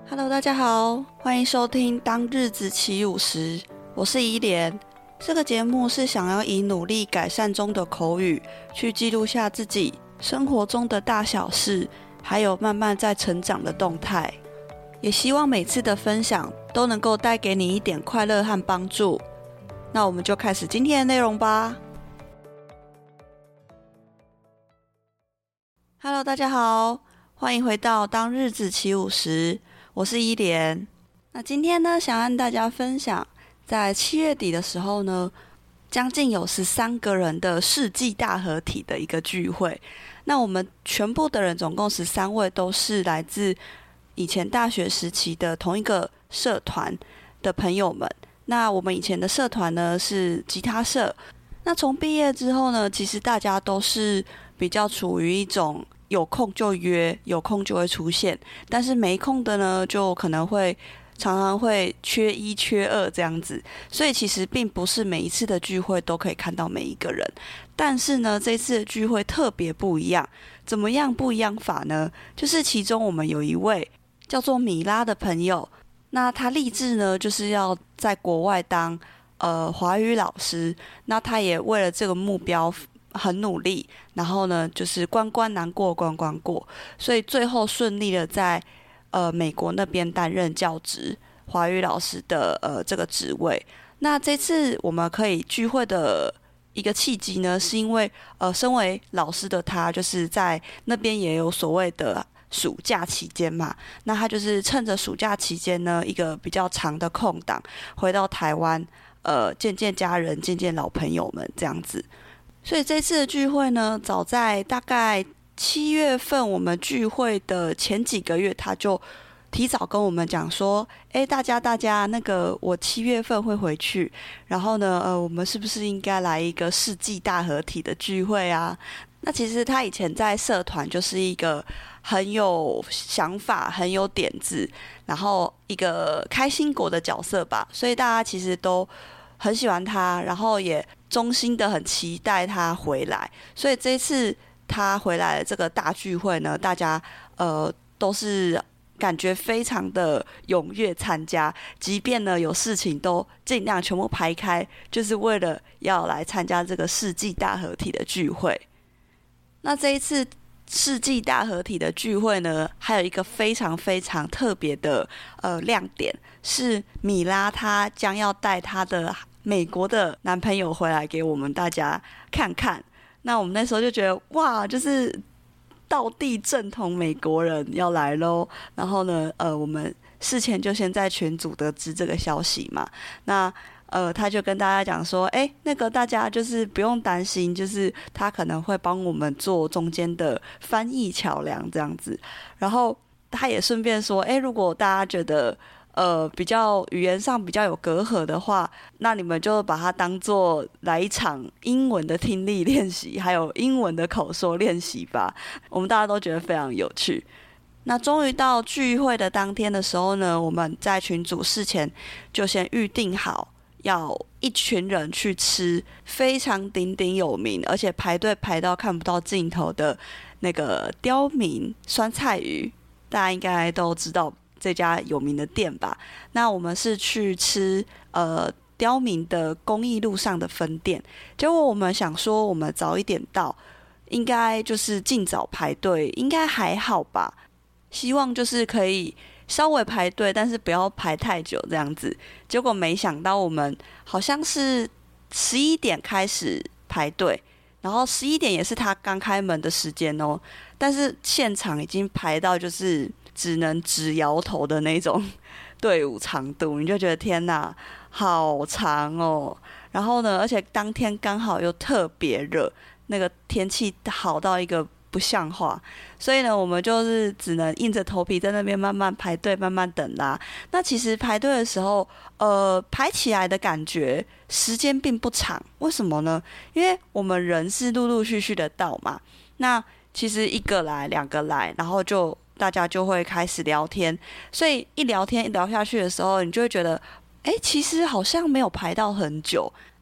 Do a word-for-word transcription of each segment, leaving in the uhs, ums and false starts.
Hello， 大家好，欢迎收听《当日子起舞时》，我是怡莲。这个节目是想要以努力改善中的口语，去记录下自己生活中的大小事，还有慢慢在成长的动态。也希望每次的分享都能够带给你一点快乐和帮助。那我们就开始今天的内容吧。Hello， 大家好，欢迎回到《当日子起舞时》。我是依莲。那今天呢，想和大家分享，在七月底的时候呢，将近有十三个人的世纪大合体的一个聚会。那我们全部的人总共十三位，都是来自以前大学时期的同一个社团的朋友们。那我们以前的社团呢是吉他社。那从毕业之后呢，其实大家都是比较处于一种有空就约，有空就会出现，但是没空的呢，就可能会常常会缺一缺二这样子，所以其实并不是每一次的聚会都可以看到每一个人。但是呢，这次的聚会特别不一样，怎么样不一样法呢？就是其中我们有一位叫做米拉的朋友，那他立志呢，就是要在国外当呃华语老师，那他也为了这个目标很努力，然后呢，就是关关难过关关过，所以最后顺利的在呃美国那边担任教职华语老师的呃这个职位。那这次我们可以聚会的一个契机呢，是因为呃身为老师的他，就是在那边也有所谓的暑假期间嘛，那他就是趁着暑假期间呢，一个比较长的空档，回到台湾，呃见见家人，见见老朋友们这样子。所以这次的聚会呢，早在大概七月份我们聚会的前几个月，他就提早跟我们讲说，哎，大家大家，那个我七月份会回去，然后呢，呃，我们是不是应该来一个世纪大合体的聚会啊？那其实他以前在社团就是一个很有想法、很有点子，然后一个开心果的角色吧，所以大家其实都很喜欢他，然后也衷心的很期待他回来。所以这一次他回来的这个大聚会呢，大家呃都是感觉非常的踊跃参加，即便呢有事情都尽量全部排开，就是为了要来参加这个世纪大合体的聚会。那这一次世纪大合体的聚会呢，还有一个非常非常特别的呃亮点，是米拉她将要带她的美国的男朋友回来给我们大家看看。那我们那时候就觉得哇，就是道地正统美国人要来咯。然后呢，呃，我们事前就先在群组得知这个消息嘛。那呃，他就跟大家讲说，哎，那个大家就是不用担心，就是他可能会帮我们做中间的翻译桥梁这样子。然后他也顺便说，哎，如果大家觉得呃比较语言上比较有隔阂的话，那你们就把它当做来一场英文的听力练习，还有英文的口说练习吧。我们大家都觉得非常有趣。那终于到聚会的当天的时候呢，我们在群组事前就先预定好，要一群人去吃非常鼎鼎有名，而且排队排到看不到尽头的那个刁民酸菜鱼，大家应该都知道这家有名的店吧。那我们是去吃呃刁民的公益路上的分店，结果我们想说我们早一点到，应该就是尽早排队，应该还好吧，希望就是可以稍微排队，但是不要排太久这样子。结果没想到我们好像是十一点开始排队，然后十一点也是他刚开门的时间哦，但是现场已经排到就是只能直摇头的那种队伍长度，你就觉得天哪，好长哦。然后呢，而且当天刚好又特别热，那个天气好到一个不像话，所以呢，我们就是只能硬着头皮在那边慢慢排队，慢慢等啦。那其实排队的时候，呃，排起来的感觉时间并不长，为什么呢？因为我们人是陆陆续续的到嘛，那其实一个来，两个来，然后就大家就会开始聊天，所以一聊天一聊下去的时候，你就会觉得，哎，其实好像没有排到很久。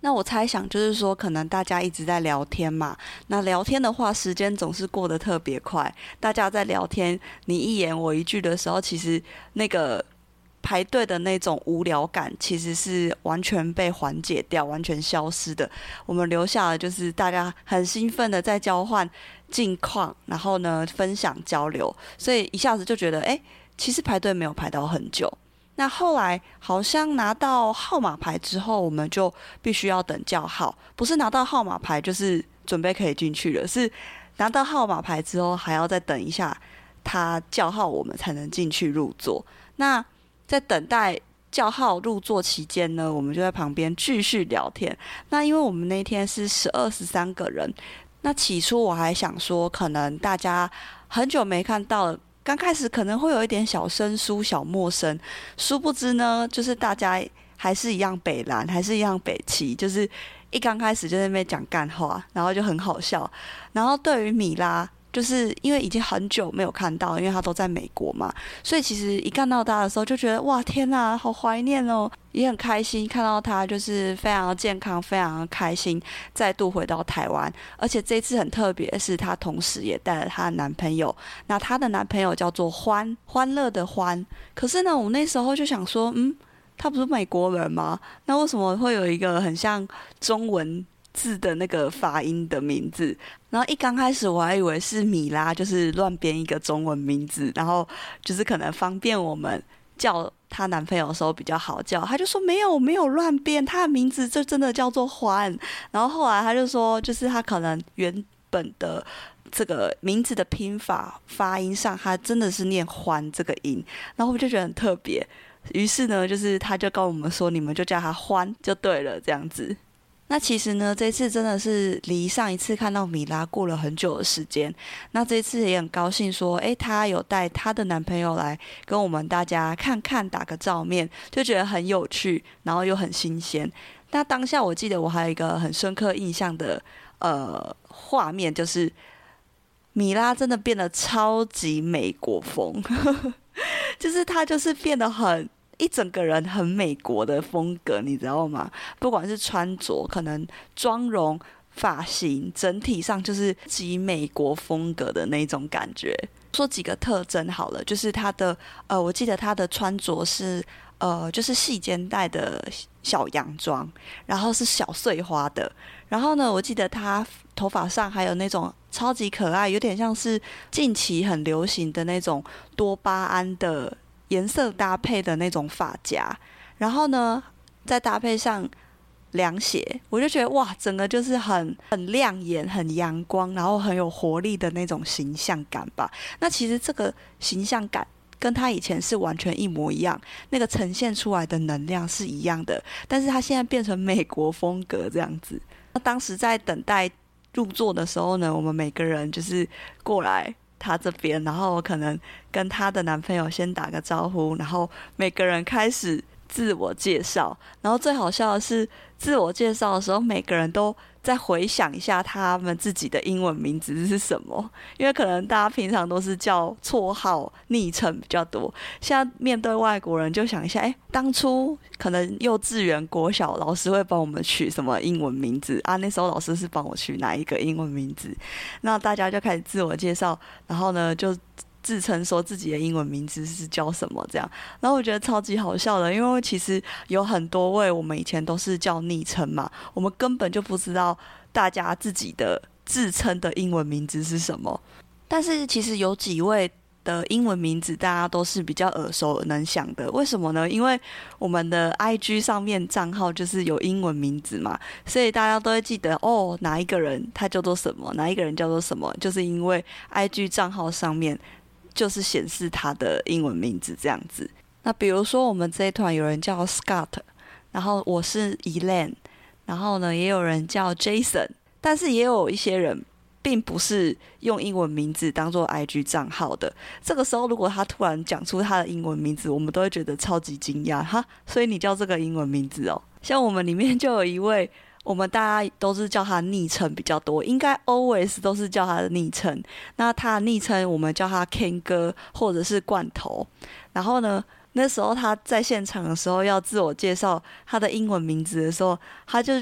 那我猜想就是说，可能大家一直在聊天嘛，那聊天的话，时间总是过得特别快。大家在聊天，你一言我一句的时候，其实那个排队的那种无聊感，其实是完全被缓解掉、完全消失的。我们留下的就是大家很兴奋的在交换近况，然后呢分享交流，所以一下子就觉得，哎，其实排队没有排到很久。那后来好像拿到号码牌之后，我们就必须要等叫号，不是拿到号码牌就是准备可以进去了，是拿到号码牌之后还要再等一下他叫号，我们才能进去入座。那在等待叫号入座期间呢，我们就在旁边继续聊天。那因为我们那天是十二十三个人，那起初我还想说，可能大家很久没看到了。刚开始可能会有一点小生疏、小陌生，殊不知呢，就是大家还是一样北蓝，还是一样北齐，就是一刚开始就在那边讲干话，然后就很好笑。然后对于米拉，就是因为已经很久没有看到，因为他都在美国嘛，所以其实一看到他的时候就觉得哇天哪，好怀念哦，也很开心看到他就是非常健康，非常开心再度回到台湾。而且这次很特别的是，她同时也带了她的男朋友，那她的男朋友叫做欢，欢乐的欢。可是呢，我那时候就想说，嗯，他不是美国人吗？那为什么会有一个很像中文字的那个发音的名字？然后一刚开始我还以为是米拉，就是乱编一个中文名字，然后就是可能方便我们叫她男朋友的时候比较好叫。他就说没有没有乱编，他的名字就真的叫做欢。然后后来他就说，就是他可能原本的这个名字的拼法发音上，他真的是念欢这个音，然后我就觉得很特别。于是呢，就是他就跟我们说，你们就叫他欢就对了，这样子。那其实呢，这次真的是离上一次看到米拉过了很久的时间。那这次也很高兴说，诶，她有带她的男朋友来跟我们大家看看，打个照面，就觉得很有趣，然后又很新鲜。那当下我记得我还有一个很深刻印象的呃画面，就是米拉真的变得超级美国风，就是她就是变得很。一整个人很美国的风格，你知道吗？不管是穿着、可能妆容、发型，整体上就是极美国风格的那种感觉。说几个特征好了，就是她的呃，我记得她的穿着是呃，就是细肩带的小洋装，然后是小碎花的。然后呢，我记得她头发上还有那种超级可爱，有点像是近期很流行的那种多巴胺的颜色搭配的那种发夹，然后呢再搭配上凉鞋，我就觉得哇，整个就是很很亮眼、很阳光，然后很有活力的那种形象感吧。那其实这个形象感跟他以前是完全一模一样，那个呈现出来的能量是一样的，但是他现在变成美国风格这样子。那当时在等待入座的时候呢，我们每个人就是过来她这边，然后可能跟她的男朋友先打个招呼，然后每个人开始自我介绍。然后最好笑的是，自我介绍的时候，每个人都再回想一下他们自己的英文名字是什么，因为可能大家平常都是叫绰号、昵称比较多。现在面对外国人，就想一下，哎，当初可能幼稚园、国小老师会帮我们取什么英文名字啊？那时候老师是帮我取哪一个英文名字？那大家就开始自我介绍，然后呢，就自称说自己的英文名字是叫什么这样。然后我觉得超级好笑的，因为其实有很多位我们以前都是叫昵称嘛，我们根本就不知道大家自己的自称的英文名字是什么。但是其实有几位的英文名字大家都是比较耳熟能详的，为什么呢？因为我们的 I G 上面账号就是有英文名字嘛，所以大家都会记得哦，哪一个人他叫做什么，哪一个人叫做什么，就是因为 I G 账号上面就是显示他的英文名字这样子。那比如说我们这一团有人叫 Scott， 然后我是 Elaine， 然后呢也有人叫 Jason， 但是也有一些人并不是用英文名字当做 I G 账号的。这个时候如果他突然讲出他的英文名字，我们都会觉得超级惊讶，哈，所以你叫这个英文名字哦。像我们里面就有一位，我们大家都是叫他昵称比较多，应该 always 都是叫他的昵称。那他的昵称我们叫他 Ken 哥或者是罐头。然后呢，那时候他在现场的时候要自我介绍他的英文名字的时候，他就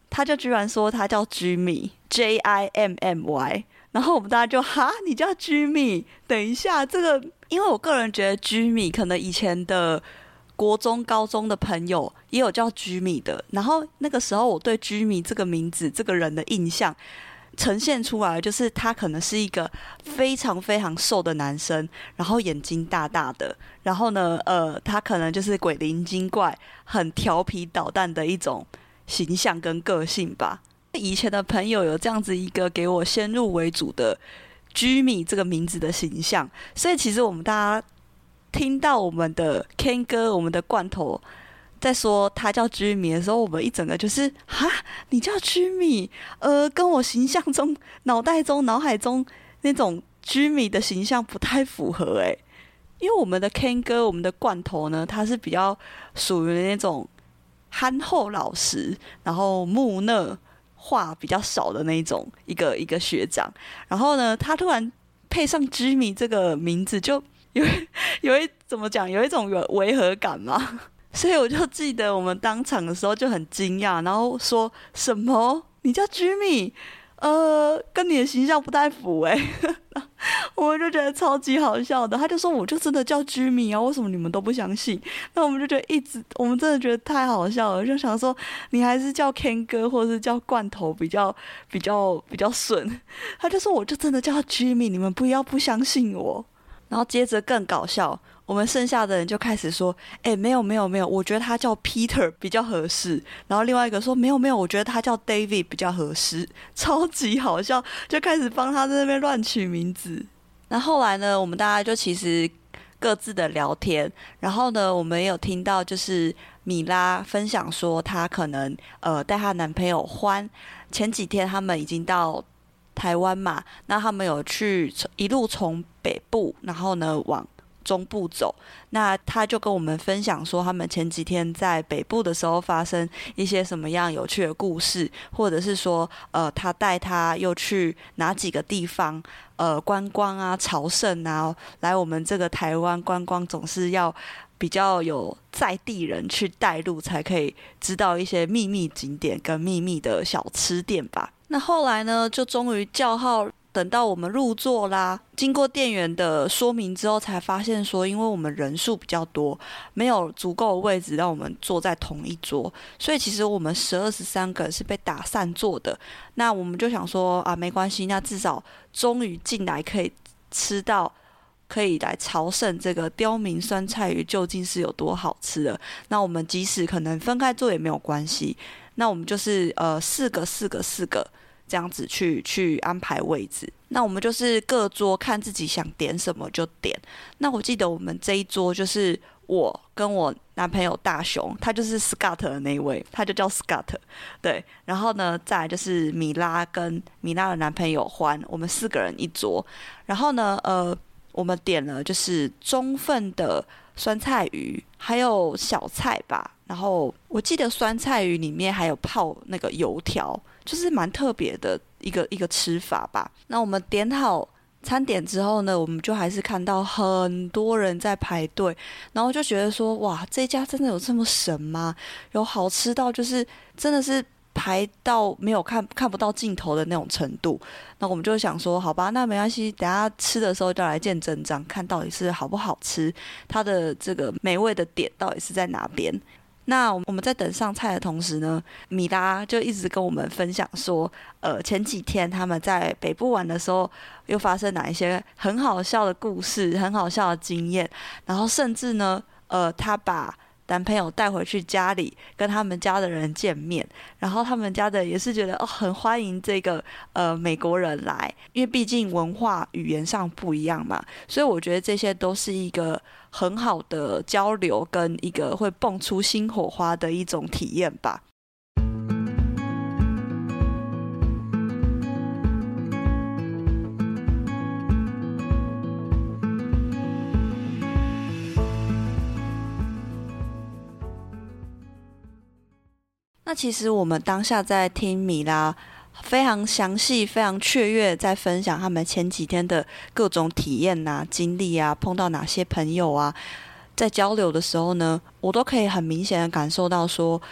他就居然说他叫 Jimmy J I M M Y， 然后我们大家就哈你叫 Jimmy， 等一下这个，因为我个人觉得 Jimmy 可能以前的国中高中的朋友也有叫 Jimmy 的，然后那个时候我对 Jimmy 这个名字这个人的印象呈现出来，就是他可能是一个非常非常瘦的男生，然后眼睛大大的，然后呢呃他可能就是鬼灵精怪很调皮捣蛋的一种形象跟个性吧。以前的朋友有这样子一个给我先入为主的 Jimmy 这个名字的形象，所以其实我们大家听到我们的 Ken 哥我们的罐头在说他叫 Jimmy 的时候，我们一整个就是哈你叫 Jimmy， 呃跟我形象中脑袋中脑海中那种 Jimmy 的形象不太符合诶，因为我们的 Ken 哥我们的罐头呢，他是比较属于那种憨厚老实，然后木讷话比较少的那一种一个一个学长，然后呢他突然配上 Jimmy 这个名字，就有有一怎么讲，有一种违和感嘛，所以我就记得我们当场的时候就很惊讶，然后说什么你叫 Jimmy， 呃跟你的形象不太符哎、欸，我们就觉得超级好笑的。他就说我就真的叫 Jimmy 啊，为什么你们都不相信？那我们就觉得一直我们真的觉得太好笑了，就想说你还是叫 Ken 哥或是叫罐头比较比较比较顺。他就说我就真的叫 Jimmy， 你们不要不相信我。然后接着更搞笑，我们剩下的人就开始说哎、欸，没有没有没有，我觉得他叫 Peter 比较合适。然后另外一个说没有没有，我觉得他叫 David 比较合适，超级好笑，就开始帮他在那边乱取名字。那后来呢，我们大家就其实各自的聊天，然后呢我们也有听到就是米拉分享说她可能呃带她男朋友欢，前几天他们已经到台湾嘛，那他们有去一路从北部然后呢往中部走，那他就跟我们分享说他们前几天在北部的时候发生一些什么样有趣的故事，或者是说呃他带他又去哪几个地方呃观光啊朝圣啊，来我们这个台湾观光总是要比较有在地人去带路，才可以知道一些秘密景点跟秘密的小吃店吧。那后来呢就终于叫号等到我们入座啦，经过店员的说明之后才发现说因为我们人数比较多，没有足够的位置让我们坐在同一桌，所以其实我们十二十三个人是被打散坐的。那我们就想说啊没关系，那至少终于进来可以吃到可以来朝圣这个刁民酸菜鱼究竟是有多好吃的，那我们即使可能分开坐也没有关系，那我们就是呃四个四个四个这样子去去安排位置，那我们就是各桌看自己想点什么就点。那我记得我们这一桌就是我跟我男朋友大雄，他就是 Scott 的那一位，他就叫 Scott， 对，然后呢再来就是米拉跟米拉的男朋友欢，我们四个人一桌，然后呢呃我们点了就是中份的酸菜鱼还有小菜吧，然后我记得酸菜鱼里面还有泡那个油条，就是蛮特别的一个一个吃法吧。那我们点好餐点之后呢，我们就还是看到很多人在排队，然后就觉得说哇这家真的有这么神吗？有好吃到就是真的是排到没有看看不到尽头的那种程度。那我们就想说好吧，那没关系，等一下吃的时候就来见真章，看到底是好不好吃，它的这个美味的点到底是在哪边。那我们在等上菜的同时呢，米拉就一直跟我们分享说呃，前几天他们在北部玩的时候又发生哪一些很好笑的故事，很好笑的经验，然后甚至呢呃，他把男朋友带回去家里跟他们家的人见面，然后他们家的也是觉得哦很欢迎这个呃美国人来，因为毕竟文化语言上不一样嘛，所以我觉得这些都是一个很好的交流跟一个会蹦出新火花的一种体验吧。那其实我们当下在听米拉非常详细非常雀跃在分享他们前几天的各种体验啊经历啊，碰到哪些朋友啊，在交流的时候呢，我都可以很明显的感受到说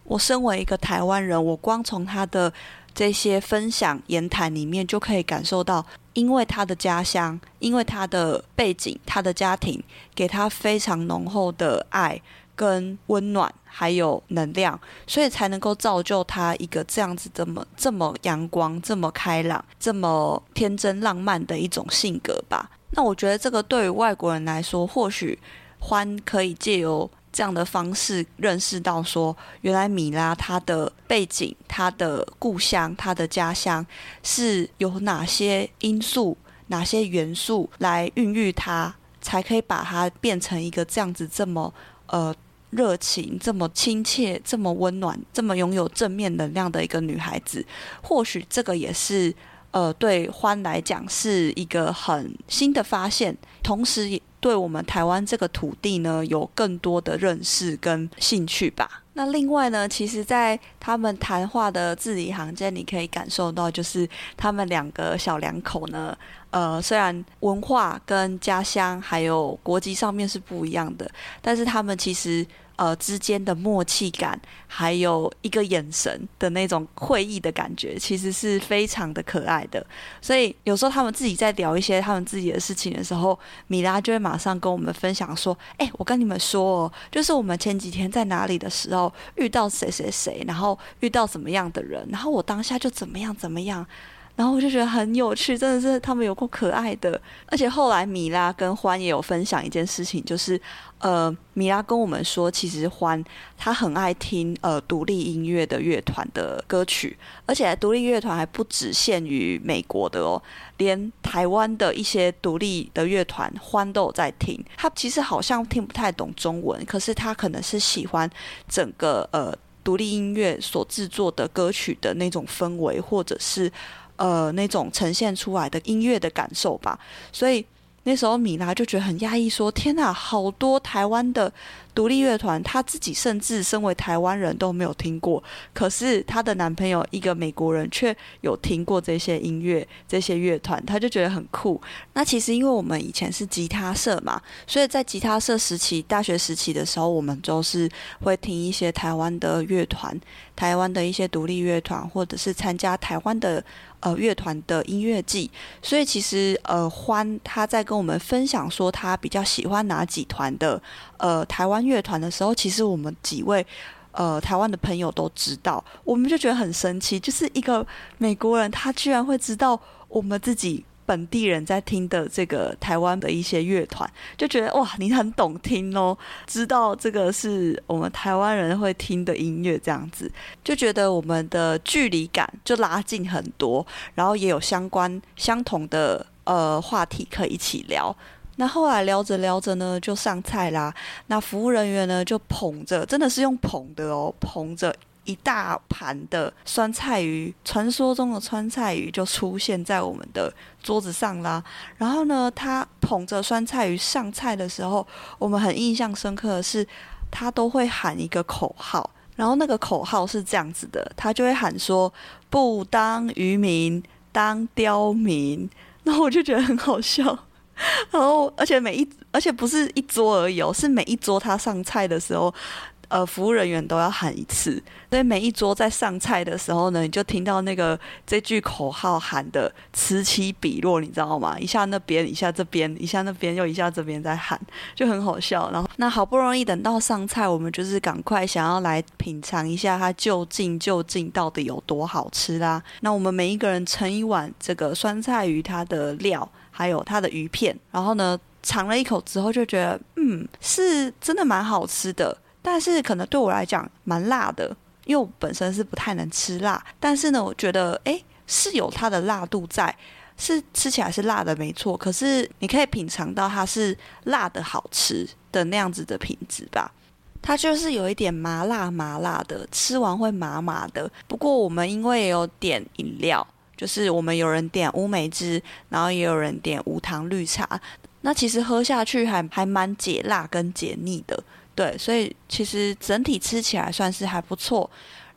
我身为一个台湾人，我光从他的这些分享言谈里面就可以感受到，因为他的家乡，因为他的背景，他的家庭给他非常浓厚的爱跟温暖还有能量，所以才能够造就他一个这样子这么这么阳光这么开朗这么天真浪漫的一种性格吧。那我觉得这个对于外国人来说，或许欢可以借由这样的方式认识到说，原来米拉她的背景，她的故乡，她的家乡是有哪些因素哪些元素来孕育她，才可以把她变成一个这样子这么呃热情这么亲切这么温暖这么拥有正面能量的一个女孩子。或许这个也是呃对欢来讲是一个很新的发现，同时也对我们台湾这个土地呢有更多的认识跟兴趣吧。那另外呢，其实在他们谈话的字里行间你可以感受到，就是他们两个小两口呢呃，虽然文化跟家乡还有国籍上面是不一样的，但是他们其实呃之间的默契感还有一个眼神的那种会意的感觉，其实是非常的可爱的。所以有时候他们自己在聊一些他们自己的事情的时候，米拉就会马上跟我们分享说，哎、欸，我跟你们说哦，就是我们前几天在哪里的时候遇到谁谁谁，然后遇到怎么样的人，然后我当下就怎么样怎么样，然后我就觉得很有趣，真的是他们有够可爱的。而且后来米拉跟欢也有分享一件事情，就是呃，米拉跟我们说，其实欢他很爱听呃独立音乐的乐团的歌曲，而且独立乐团还不只限于美国的哦，连台湾的一些独立的乐团欢都有在听。他其实好像听不太懂中文，可是他可能是喜欢整个呃独立音乐所制作的歌曲的那种氛围，或者是呃，那种呈现出来的音乐的感受吧。所以那时候米拉就觉得很压抑，说天哪，好多台湾的独立乐团她自己甚至身为台湾人都没有听过，可是她的男朋友一个美国人却有听过这些音乐这些乐团，她就觉得很酷。那其实因为我们以前是吉他社嘛，所以在吉他社时期大学时期的时候，我们就是会听一些台湾的乐团，台湾的一些独立乐团，或者是参加台湾的呃乐团的音乐季。所以其实呃欢他在跟我们分享说他比较喜欢哪几团的呃台湾乐团的时候，其实我们几位呃台湾的朋友都知道，我们就觉得很神奇，就是一个美国人他居然会知道我们自己本地人在听的这个台湾的一些乐团，就觉得哇，你很懂听哦，知道这个是我们台湾人会听的音乐，这样子就觉得我们的距离感就拉近很多，然后也有相关相同的呃话题可以一起聊。那后来聊着聊着呢，就上菜啦。那服务人员呢，就捧着，真的是用捧的哦，捧着一大盘的酸菜鱼，传说中的酸菜鱼就出现在我们的桌子上啦。然后呢，他捧着酸菜鱼上菜的时候，我们很印象深刻的是，他都会喊一个口号，然后那个口号是这样子的，他就会喊说"不当渔民，当刁民"，然后我就觉得很好笑。然后，而且每一，而且不是一桌而已哦，是每一桌他上菜的时候，呃，服务人员都要喊一次。所以每一桌在上菜的时候呢，你就听到那个这句口号喊的此起彼落，你知道吗？一下那边，一下这边，一下那边，又一下这边在喊，就很好笑。然后，那好不容易等到上菜，我们就是赶快想要来品尝一下它究竟究竟到底有多好吃啦。那我们每一个人盛一碗这个酸菜鱼它的料，还有它的鱼片，然后呢尝了一口之后就觉得嗯是真的蛮好吃的，但是可能对我来讲蛮辣的，因为我本身是不太能吃辣，但是呢我觉得诶是有它的辣度在，是吃起来是辣的没错，可是你可以品尝到它是辣的好吃的那样子的品质吧。它就是有一点麻辣麻辣的，吃完会麻麻的。不过我们因为也有点饮料，就是我们有人点乌梅汁，然后也有人点无糖绿茶，那其实喝下去还还蛮解辣跟解腻的，对，所以其实整体吃起来算是还不错。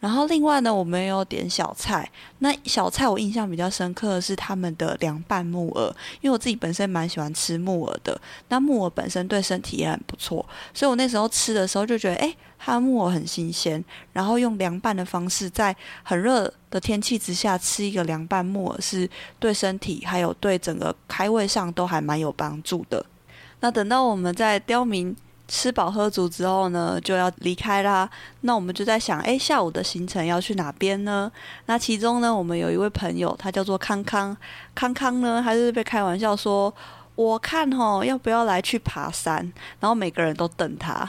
然后另外呢，我们也有点小菜。那小菜我印象比较深刻的是他们的凉拌木耳，因为我自己本身蛮喜欢吃木耳的。那木耳本身对身体也很不错，所以我那时候吃的时候就觉得，哎，它的木耳很新鲜，然后用凉拌的方式，在很热的天气之下吃一个凉拌木耳，是对身体还有对整个开胃上都还蛮有帮助的。那等到我们在刁民吃饱喝足之后呢，就要离开啦。那我们就在想，哎，下午的行程要去哪边呢？那其中呢，我们有一位朋友，他叫做康康。康康呢，他就是被开玩笑说，我看齁，要不要来去爬山？然后每个人都等他。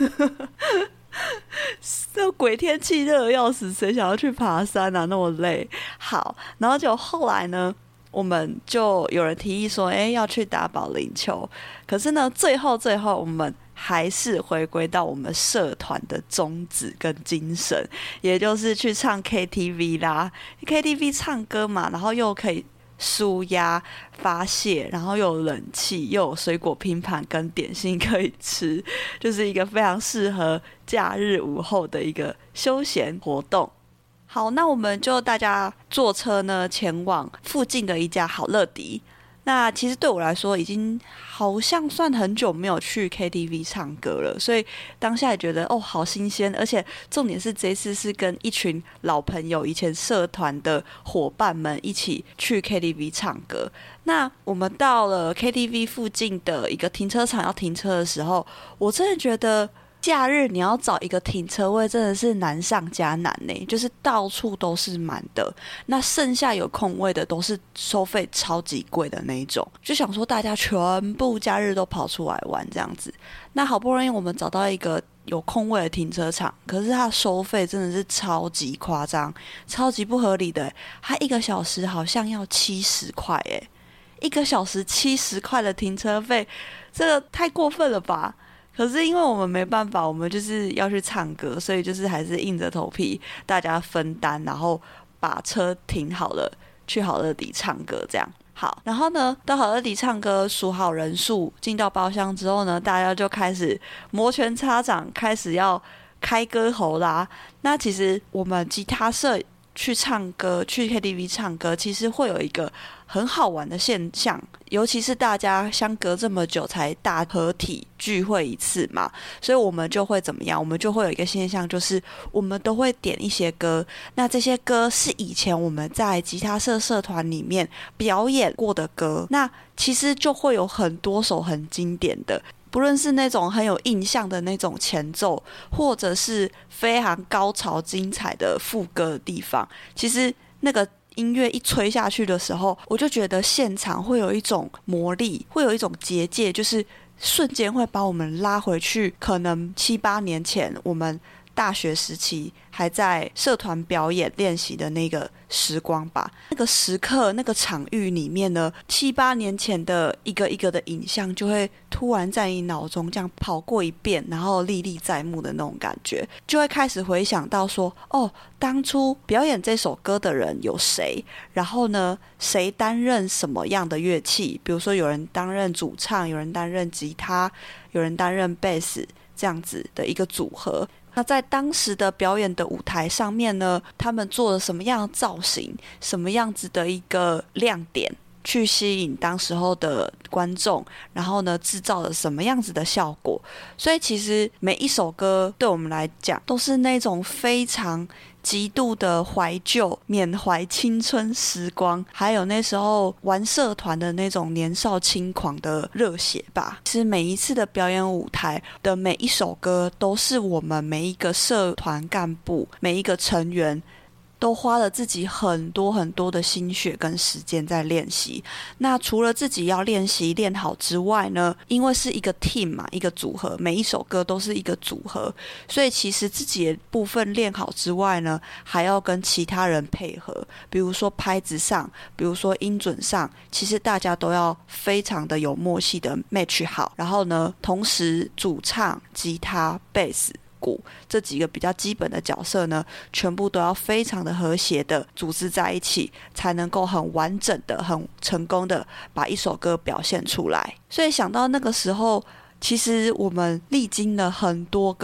这鬼天气热得要死，谁想要去爬山啊？那么累。好，然后就后来呢，我们就有人提议说，哎，要去打保龄球。可是呢，最后最后我们还是回归到我们社团的宗旨跟精神，也就是去唱 K T V 啦。K T V 唱歌嘛，然后又可以舒压发泄，然后又有冷气，又有水果拼盘跟点心可以吃，就是一个非常适合假日午后的一个休闲活动。好，那我们就大家坐车呢前往附近的一家好乐迪。那其实对我来说已经好像算很久没有去 K T V 唱歌了，所以当下也觉得哦好新鲜，而且重点是这次是跟一群老朋友以前社团的伙伴们一起去 K T V 唱歌。那我们到了 K T V 附近的一个停车场要停车的时候，我真的觉得假日你要找一个停车位真的是难上加难呢，就是到处都是满的，那剩下有空位的都是收费超级贵的那一种，就想说大家全部假日都跑出来玩这样子。那好不容易我们找到一个有空位的停车场，可是它收费真的是超级夸张，超级不合理的，它一个小时好像要七十块耶，一个小时七十块的停车费，这个太过分了吧。可是因为我们没办法，我们就是要去唱歌，所以就是还是硬着头皮大家分担，然后把车停好了，去好乐迪唱歌这样。好，然后呢到好乐迪唱歌，数好人数，进到包厢之后呢，大家就开始摩拳擦掌，开始要开歌喉啦。那其实我们吉他社去唱歌，去 K T V 唱歌，其实会有一个很好玩的现象，尤其是大家相隔这么久才大合体聚会一次嘛，所以我们就会怎么样？我们就会有一个现象，就是我们都会点一些歌，那这些歌是以前我们在吉他社社团里面表演过的歌，那其实就会有很多首很经典的。不论是那种很有印象的那种前奏，或者是非常高潮精彩的副歌的地方，其实那个音乐一吹下去的时候，我就觉得现场会有一种魔力，会有一种结界，就是瞬间会把我们拉回去，可能七八年前我们大学时期还在社团表演练习的那个时光吧。那个时刻那个场域里面呢，七八年前的一个一个的影像就会突然在你脑中这样跑过一遍，然后历历在目的那种感觉，就会开始回想到说，哦，当初表演这首歌的人有谁，然后呢谁担任什么样的乐器，比如说有人担任主唱，有人担任吉他，有人担任贝斯，这样子的一个组合。那在当时的表演的舞台上面呢，他们做了什么样的造型，什么样子的一个亮点去吸引当时候的观众，然后呢制造了什么样子的效果。所以其实每一首歌对我们来讲都是那种非常极度的怀旧，缅怀青春时光，还有那时候玩社团的那种年少轻狂的热血吧。其实每一次的表演舞台的每一首歌都是我们每一个社团干部，每一个成员都花了自己很多很多的心血跟时间在练习。那除了自己要练习练好之外呢，因为是一个 team 嘛，一个组合，每一首歌都是一个组合，所以其实自己的部分练好之外呢，还要跟其他人配合，比如说拍子上，比如说音准上，其实大家都要非常的有默契的 match 好。然后呢，同时主唱、吉他、贝斯、鼓这几个比较基本的角色呢，全部都要非常的和谐的组织在一起，才能够很完整的、很成功的把一首歌表现出来。所以想到那个时候，其实我们历经了很多个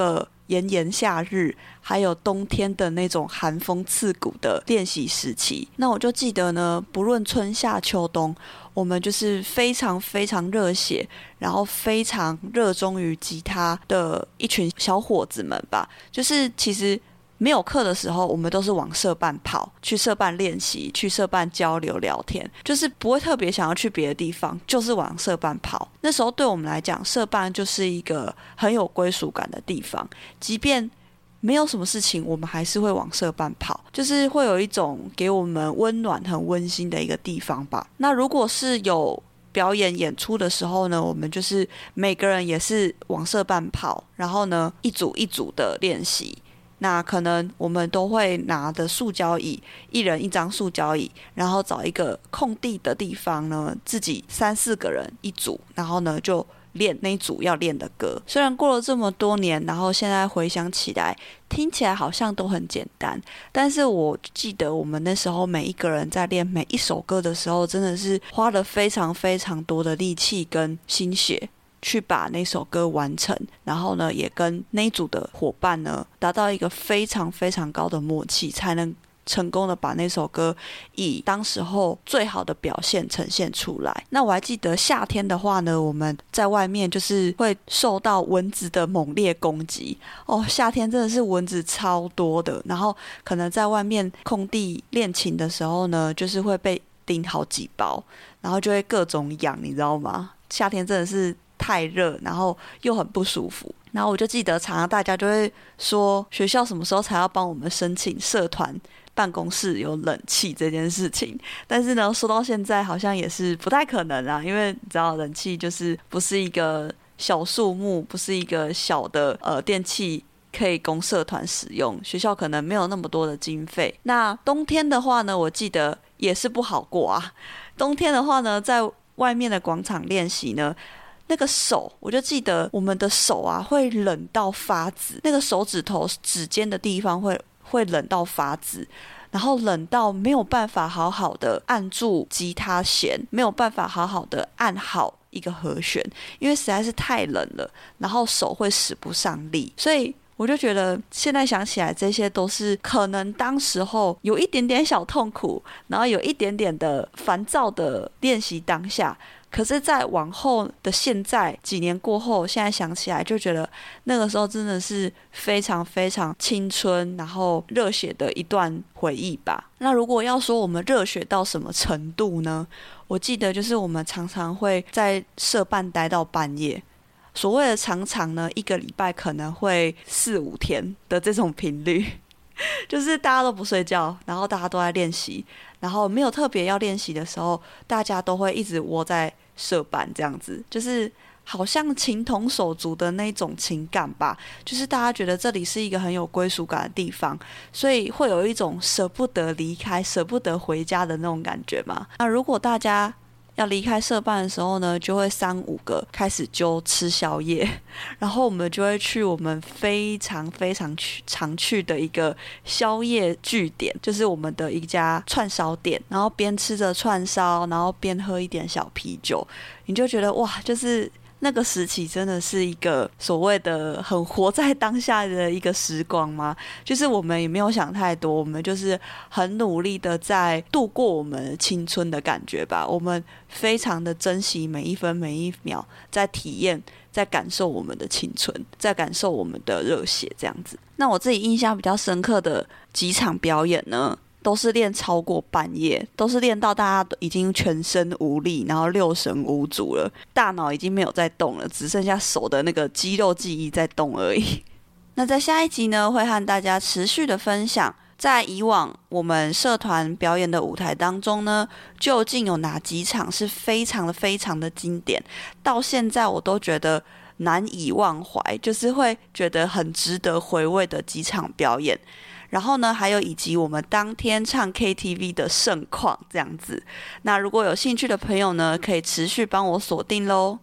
炎炎夏日，还有冬天的那种寒风刺骨的练习时期。那我就记得呢，不论春夏秋冬，我们就是非常非常热血，然后非常热衷于吉他的一群小伙子们吧。就是其实没有课的时候，我们都是往社办跑，去社办练习，去社办交流聊天，就是不会特别想要去别的地方，就是往社办跑。那时候对我们来讲，社办就是一个很有归属感的地方，即便没有什么事情，我们还是会往社办跑，就是会有一种给我们温暖很温馨的一个地方吧。那如果是有表演演出的时候呢，我们就是每个人也是往社办跑，然后呢一组一组的练习。那可能我们都会拿的塑胶椅，一人一张塑胶椅，然后找一个空地的地方呢，自己三四个人一组，然后呢就练那一组要练的歌。虽然过了这么多年，然后现在回想起来，听起来好像都很简单，但是我记得我们那时候每一个人在练每一首歌的时候，真的是花了非常非常多的力气跟心血去把那首歌完成，然后呢也跟那一组的伙伴呢达到一个非常非常高的默契，才能成功的把那首歌以当时候最好的表现呈现出来。那我还记得夏天的话呢，我们在外面就是会受到蚊子的猛烈攻击哦，夏天真的是蚊子超多的，然后可能在外面空地练琴的时候呢，就是会被叮好几包，然后就会各种痒，你知道吗？夏天真的是太热，然后又很不舒服。然后我就记得常常大家就会说，学校什么时候才要帮我们申请社团办公室有冷气这件事情，但是呢说到现在好像也是不太可能啊，因为你知道冷气就是不是一个小数目，不是一个小的呃电器可以供社团使用，学校可能没有那么多的经费。那冬天的话呢，我记得也是不好过啊。冬天的话呢，在外面的广场练习呢，那个手我就记得我们的手啊会冷到发紫，那个手指头指尖的地方会会冷到发紫，然后冷到没有办法好好的按住吉他弦，没有办法好好的按好一个和弦，因为实在是太冷了，然后手会使不上力。所以我就觉得现在想起来，这些都是可能当时候有一点点小痛苦，然后有一点点的烦躁的练习当下，可是在往后的现在几年过后，现在想起来就觉得那个时候真的是非常非常青春然后热血的一段回忆吧。那如果要说我们热血到什么程度呢？我记得就是我们常常会在社办待到半夜，所谓的常常呢，一个礼拜可能会四五天的这种频率，就是大家都不睡觉，然后大家都在练习，然后没有特别要练习的时候，大家都会一直窝在社办这样子，就是好像情同手足的那种情感吧，就是大家觉得这里是一个很有归属感的地方，所以会有一种舍不得离开舍不得回家的那种感觉嘛。那如果大家要离开社办的时候呢，就会三五个开始揪吃宵夜，然后我们就会去我们非常非常去常去的一个宵夜据点，就是我们的一家串烧店，然后边吃着串烧，然后边喝一点小啤酒，你就觉得哇，就是那个时期真的是一个所谓的很活在当下的一个时光吗？就是我们也没有想太多，我们就是很努力的在度过我们青春的感觉吧。我们非常的珍惜每一分每一秒，在体验在感受我们的青春，在感受我们的热血这样子。那我自己印象比较深刻的几场表演呢，都是练超过半夜，都是练到大家都已经全身无力，然后六神无主了，大脑已经没有在动了，只剩下手的那个肌肉记忆在动而已。那在下一集呢，会和大家持续的分享，在以往我们社团表演的舞台当中呢，究竟有哪几场是非常的非常的经典，到现在我都觉得难以忘怀，就是会觉得很值得回味的几场表演。然后呢，还有以及我们当天唱 K T V 的盛况这样子。那如果有兴趣的朋友呢，可以持续帮我锁定咯。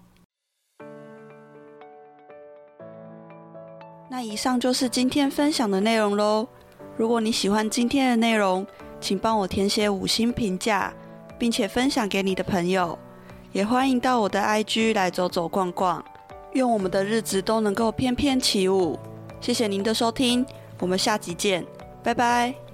那以上就是今天分享的内容咯。如果你喜欢今天的内容，请帮我填写五星评价，并且分享给你的朋友。也欢迎到我的 I G 来走走逛逛。愿我们的日子都能够翩翩起舞。 谢谢您的收听，我们下集见，拜拜。